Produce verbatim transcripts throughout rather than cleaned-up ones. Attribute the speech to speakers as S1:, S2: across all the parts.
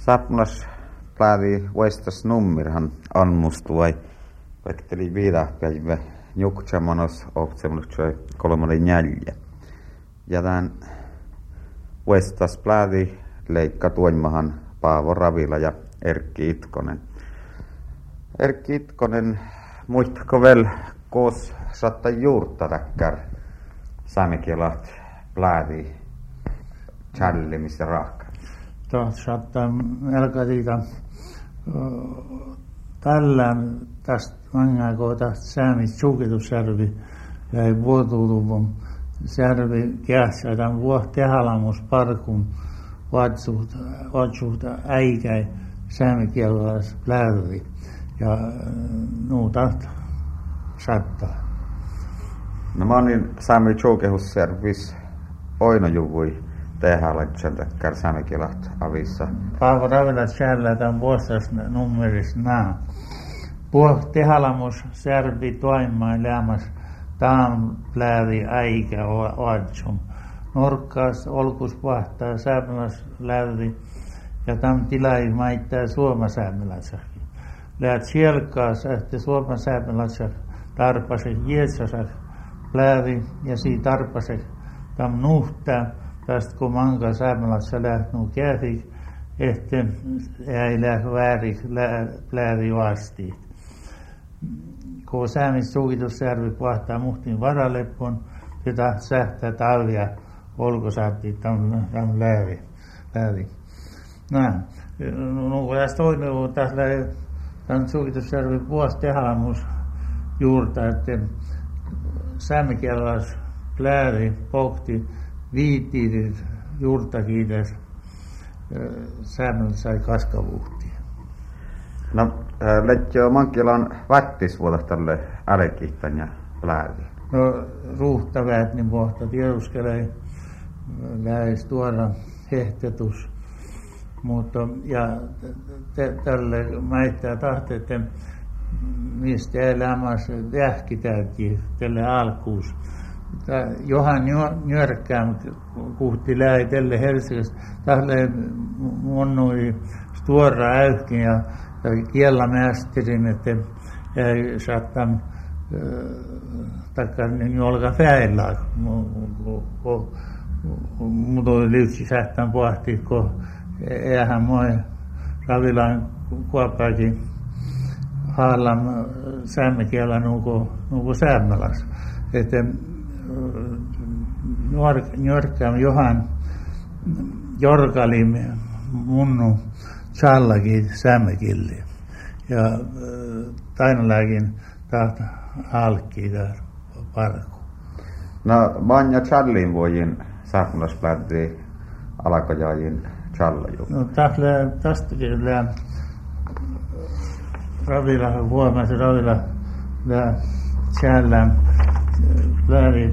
S1: Sapnas plädi vuestas nummirhan annustui, vekteli viidahpäivä juksamanos optsemluksoi kolmannen jälje. Ja tämän vuestas plädi leikka tuoimahan Paavo Ravila ja Erkki Itkonen. Erkki Itkonen, muistatko vel koos saattaa juurta täkkär saamekielat plädi challimis ja rahka?
S2: Tuossa saattaa melkaitiita tällä tästä mangaa tästä säämistä suukitusjärvi jäi vuotuutuvun särvi kässä tämän vuoh tehalamus parkun vatsuuta äikäi säämikielais plädi ja nuuta saattaa.
S1: No mä oon saami suukehusjärvis oinojuvui tehdään täkkär saamekielat avissa.
S2: Paavo Ravila siellä tämän vuostas nummeris naa. Puh tehalamus särvi toimaan lämmäs tam plädi äikä oatsum. Norkkaas olkus vahtaa säämäläs lädi ja tam tilai maittaa suomasäämäläsäkin. Läät sielkaas ehti suomasäämäläsäk tarpasek jietsasak plädi ja sii tarpasek tam nuhtaa. Tästä kun manka säämälässä lähtnuu käfik, ehti ei lähtö väärik plädi vasti. Kun säämistä suukitusjärvi vahtaa muhtiin varaleppon, sitä sähtää talvia olkosaatti tämän lävi. Näin. No kun tästä toinen on tässä tämän suukitusjärvi vuosi tehalamus juurta, että säämikielais plädi pohti viitiitit juurtakiites säännöllä sai kaskavuhtia.
S1: No, lettio mankilan vattis vuodas tälle älekihtan ja plädi.
S2: No, ruuhtaväät niin vuotta tieduskelee lähes tuoda hehtetus. Mutta, ja tälle mäittää tahteiden, mistä elämässä jähkitäänkin tälle alkuus. Johan Njörkkään kuhti lähi tälle Helsingistä. Tälle monnui stuora äyhkin ja, ja kiellä mästirin, että ei saattaa taikka niin olkaa fäillä. Mutta liutsi sähtään pohti, kun eihän moi Ravilan kuoppakin haallan säämekielä nuku, nuku säämmäläs. Että Njörkkään Johan Jorkali munnu Challakin säämekilli ja Tainalääkin tahta halkki täällä parku.
S1: No, Manja Challin voin saapulasplädi alkojajin Challaju.
S2: No, tästäkin lää Ravila huomasi Ravila lää Challin plädi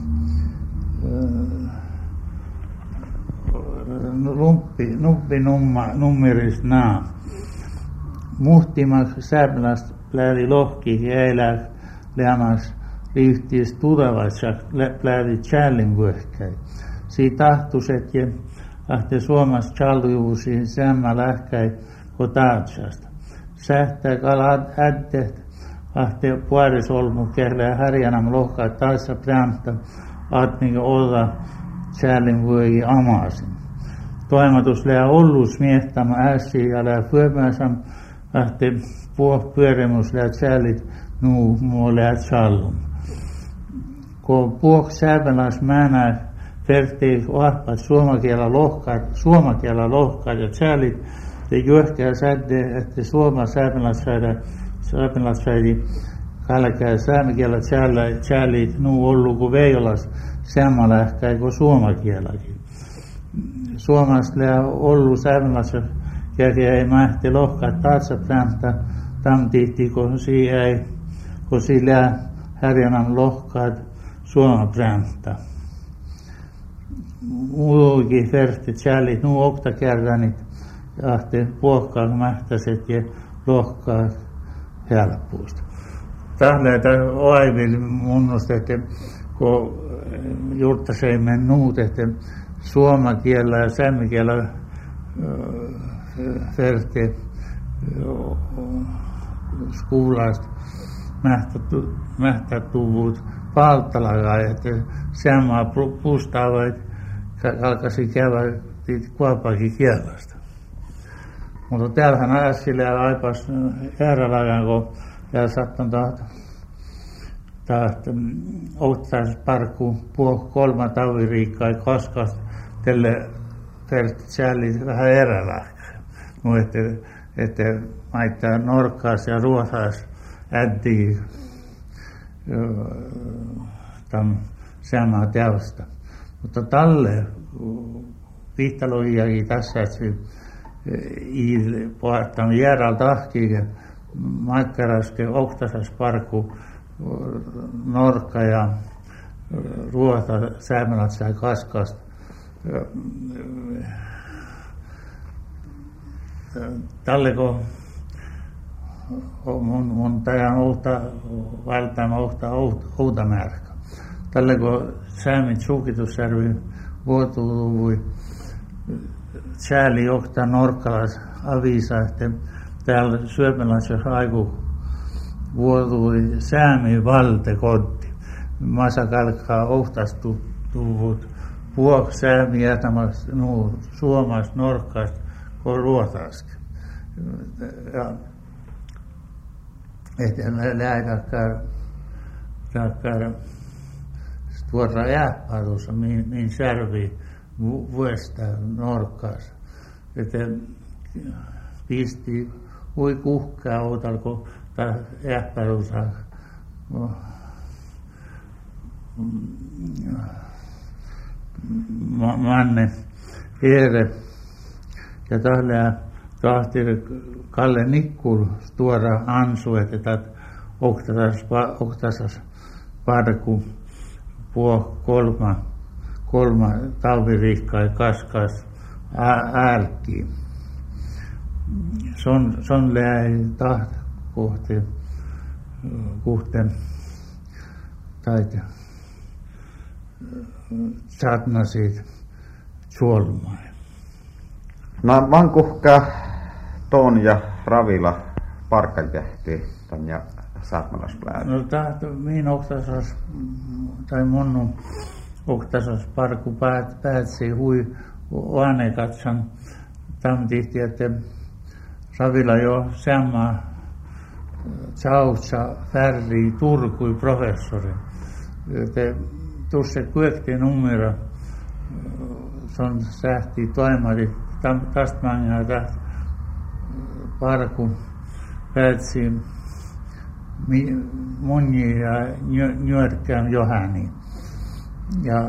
S2: Lumpi, nuppi numma, nummeris naa. Muhtimas sääpläst plädi lohki ja elää lämmäs riihtiis tulevassa plädi Challin vuohkäi. Siitä tahtuset ja lähtee Suomessa challujuusiin säämmä lähkäi kotaatsasta. Sähtää kalat äddet lähtee puolisolmu kehlää härjänam lohkaa taissa prämtä aatninko olla Challin vuohi amasin. Toimatus lää ollus miehtämä ässiä ja lää pyömäsam lähtee puh pyöremus lää Challit nuu muu lää Challum. Kun puh sääpäläs määnää vertii ohpat suomakielä lohkaat, suomakielä lohkaat ja Challit ja juohkää sädde, että suoma sääpäläs saada sääpäläs saidi kalkää säämikielä Challit nuu ollu ku veijolas säämä lähkäi ku suomakielläkin. Suomasta lää ollu säämälässä ja ei mähti lohkaat taatsa prämtä tamtiitti, kun si ei, kun si lää härjänam lohkaat suoma prämtä. Muukin verti Challit nuu okta kerranit ahte puokkaat mähtäset ja lohkaat helppuista. Tähleitä oivil munnust, että kun juurtaseimen nuut, että suomakielä ja säämikielä färte skolasta mähtätuvut paltalaga, että sama pustavat alkaisi käydä kuopakin kielasta. Mutta täällähän ajasi sillä aipas järjelagan, kun täällä sattun tahto tahto ottaisi parkku puoli kolma taviriikkaa koskasta tälle färtsäälli vähän järjelagan. Mutta että, että maittaa norkkaas ja ruotaas äddiä tämän samaa teosta. Mutta tälle vihtaloijakin tässä, että i puhutaan järjellä tahkiin, makkaraske oktasas parku, norkka ja ruota säämälät sai kaskasta. Tälleko mun, mun tajan uutta valtama uutta uutta märkä. Tälleko säämit suukitusjärvi vuotuluvui sääli johtaa norkkalas avisa, että täällä syöpälässä aiku vuotui säämi valte kotti. Masa kalkkaa ohtastu tuvut vuok säämi jätämäs nuu suomas norkkast kun ruotask. Ja että me lähdetään takkar tuoda jääpaadussa min, min särvi vuesta norkkas. Että pisti ui kuhkaa otalko ta jääpaadussa manne ere ja tällä tahti Kalle Nikkul tuoda ansu, että tät oktasas oktasas parku puo kolma kolma talviriikkaa kaskas älki. Son son läi taht kohti kuhten taita satna siitä suolmaa.
S1: No vankuhka Toon ja Ravila parkajähti tän ja saatmalasplään.
S2: No tahto mihin oktasas tai mun oktasas parku päät päätsi hui oane katsan tam tihti, että Ravila jo sama Tsautsa färri Turkui professori. Te tuossa kuekti numero son sähti toimari tästä mangaa tästä parku päätsi Munji ja Nyörkkään Johani. Ja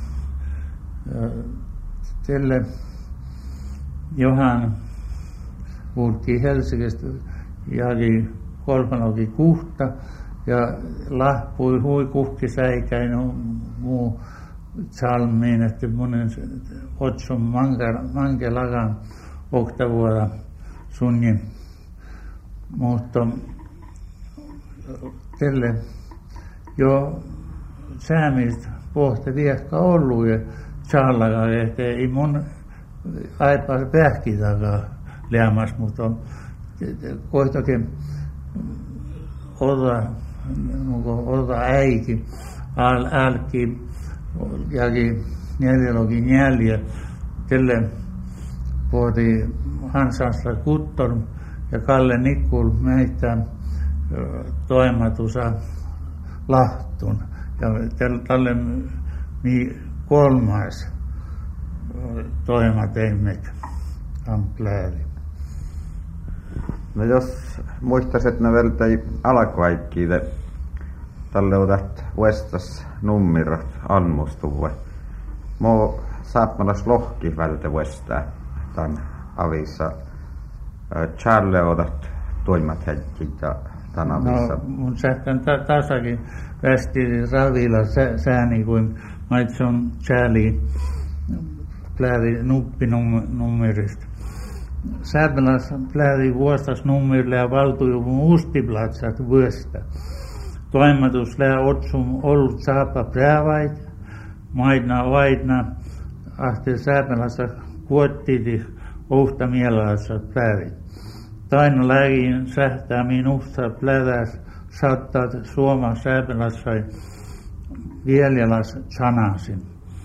S2: tälle Johan puhuttiin Helsingistä jagi kolmanoki kuhta ja lahpui hui kuhki säikäin muu salmiin, että monen otson mankelagan oktavuoda sunnin. Mutta tälle jo säämistä pohti viekka ollut ja tsallakaan, että ei mun aipas pähkitakaan lämmäs, mutta koitakin olla, olla äiki, al, älki, jaki neljälogi neljä, tälle pohti Hansassa Kuttorm ja Kalle Nikkul meitä toimatusa Lahtun. Ja tälle kolmas toimateimet amplääri.
S1: No jos muistaisit ne välttäi alkuaikkiille, tälle otat vuestas nummerot anmustuve. Mo saatmalas lohki vältä vuestää tämän avissa. Challe otat toimat hetki ja tämän avissa.
S2: No mun sähtän ta- tasakin västi Ravila sä- sääni kuin maitson Charlie plääri nuppinummerista. Sääpäläs plääri vuostas nummerille ja valtujuvun uustiplatsat vuosta. Toimatus lää otsum ollut saapa präävait, maidna vaidna, ahti sääpälässä kuottiti ohta mielessä pläri. Taino lägin sähtää minusta pläräs saattaa Suoma sääpelässä Vieljalas sanasin.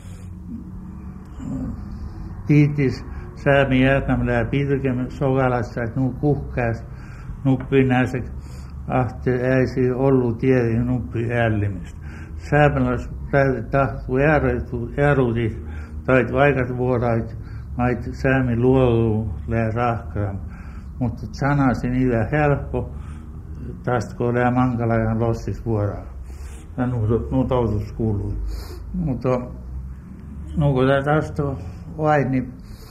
S2: Tiitis säämi jäätämälää pitkämme sogalassa, että nu kuhkääs nuppi näissä ahte äisi ollut tiedi nuppi ällimistä. Sääpeläs pläri tahtuu ääruutis tait vaikat vuorait, mait säämi luoluu lää rahkram. Mutta sanasin niitä helppo, tästä kun lää mankalajan lossis vuoraa. Ja nuo tautus kuului. Mutta no kun tämä tästä vain, niin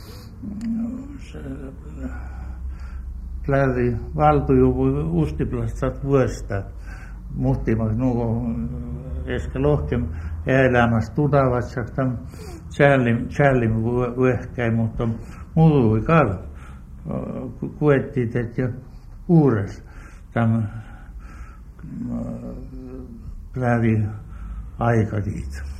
S2: pläri valtujuvu ustiplastat vuosta. Muhtimas nuo äsken lohkem elämässä tudavat, tämän säällim vuohkäin, mutta muutui kal. Kuettiin, että uures tämän pläri aikatiit.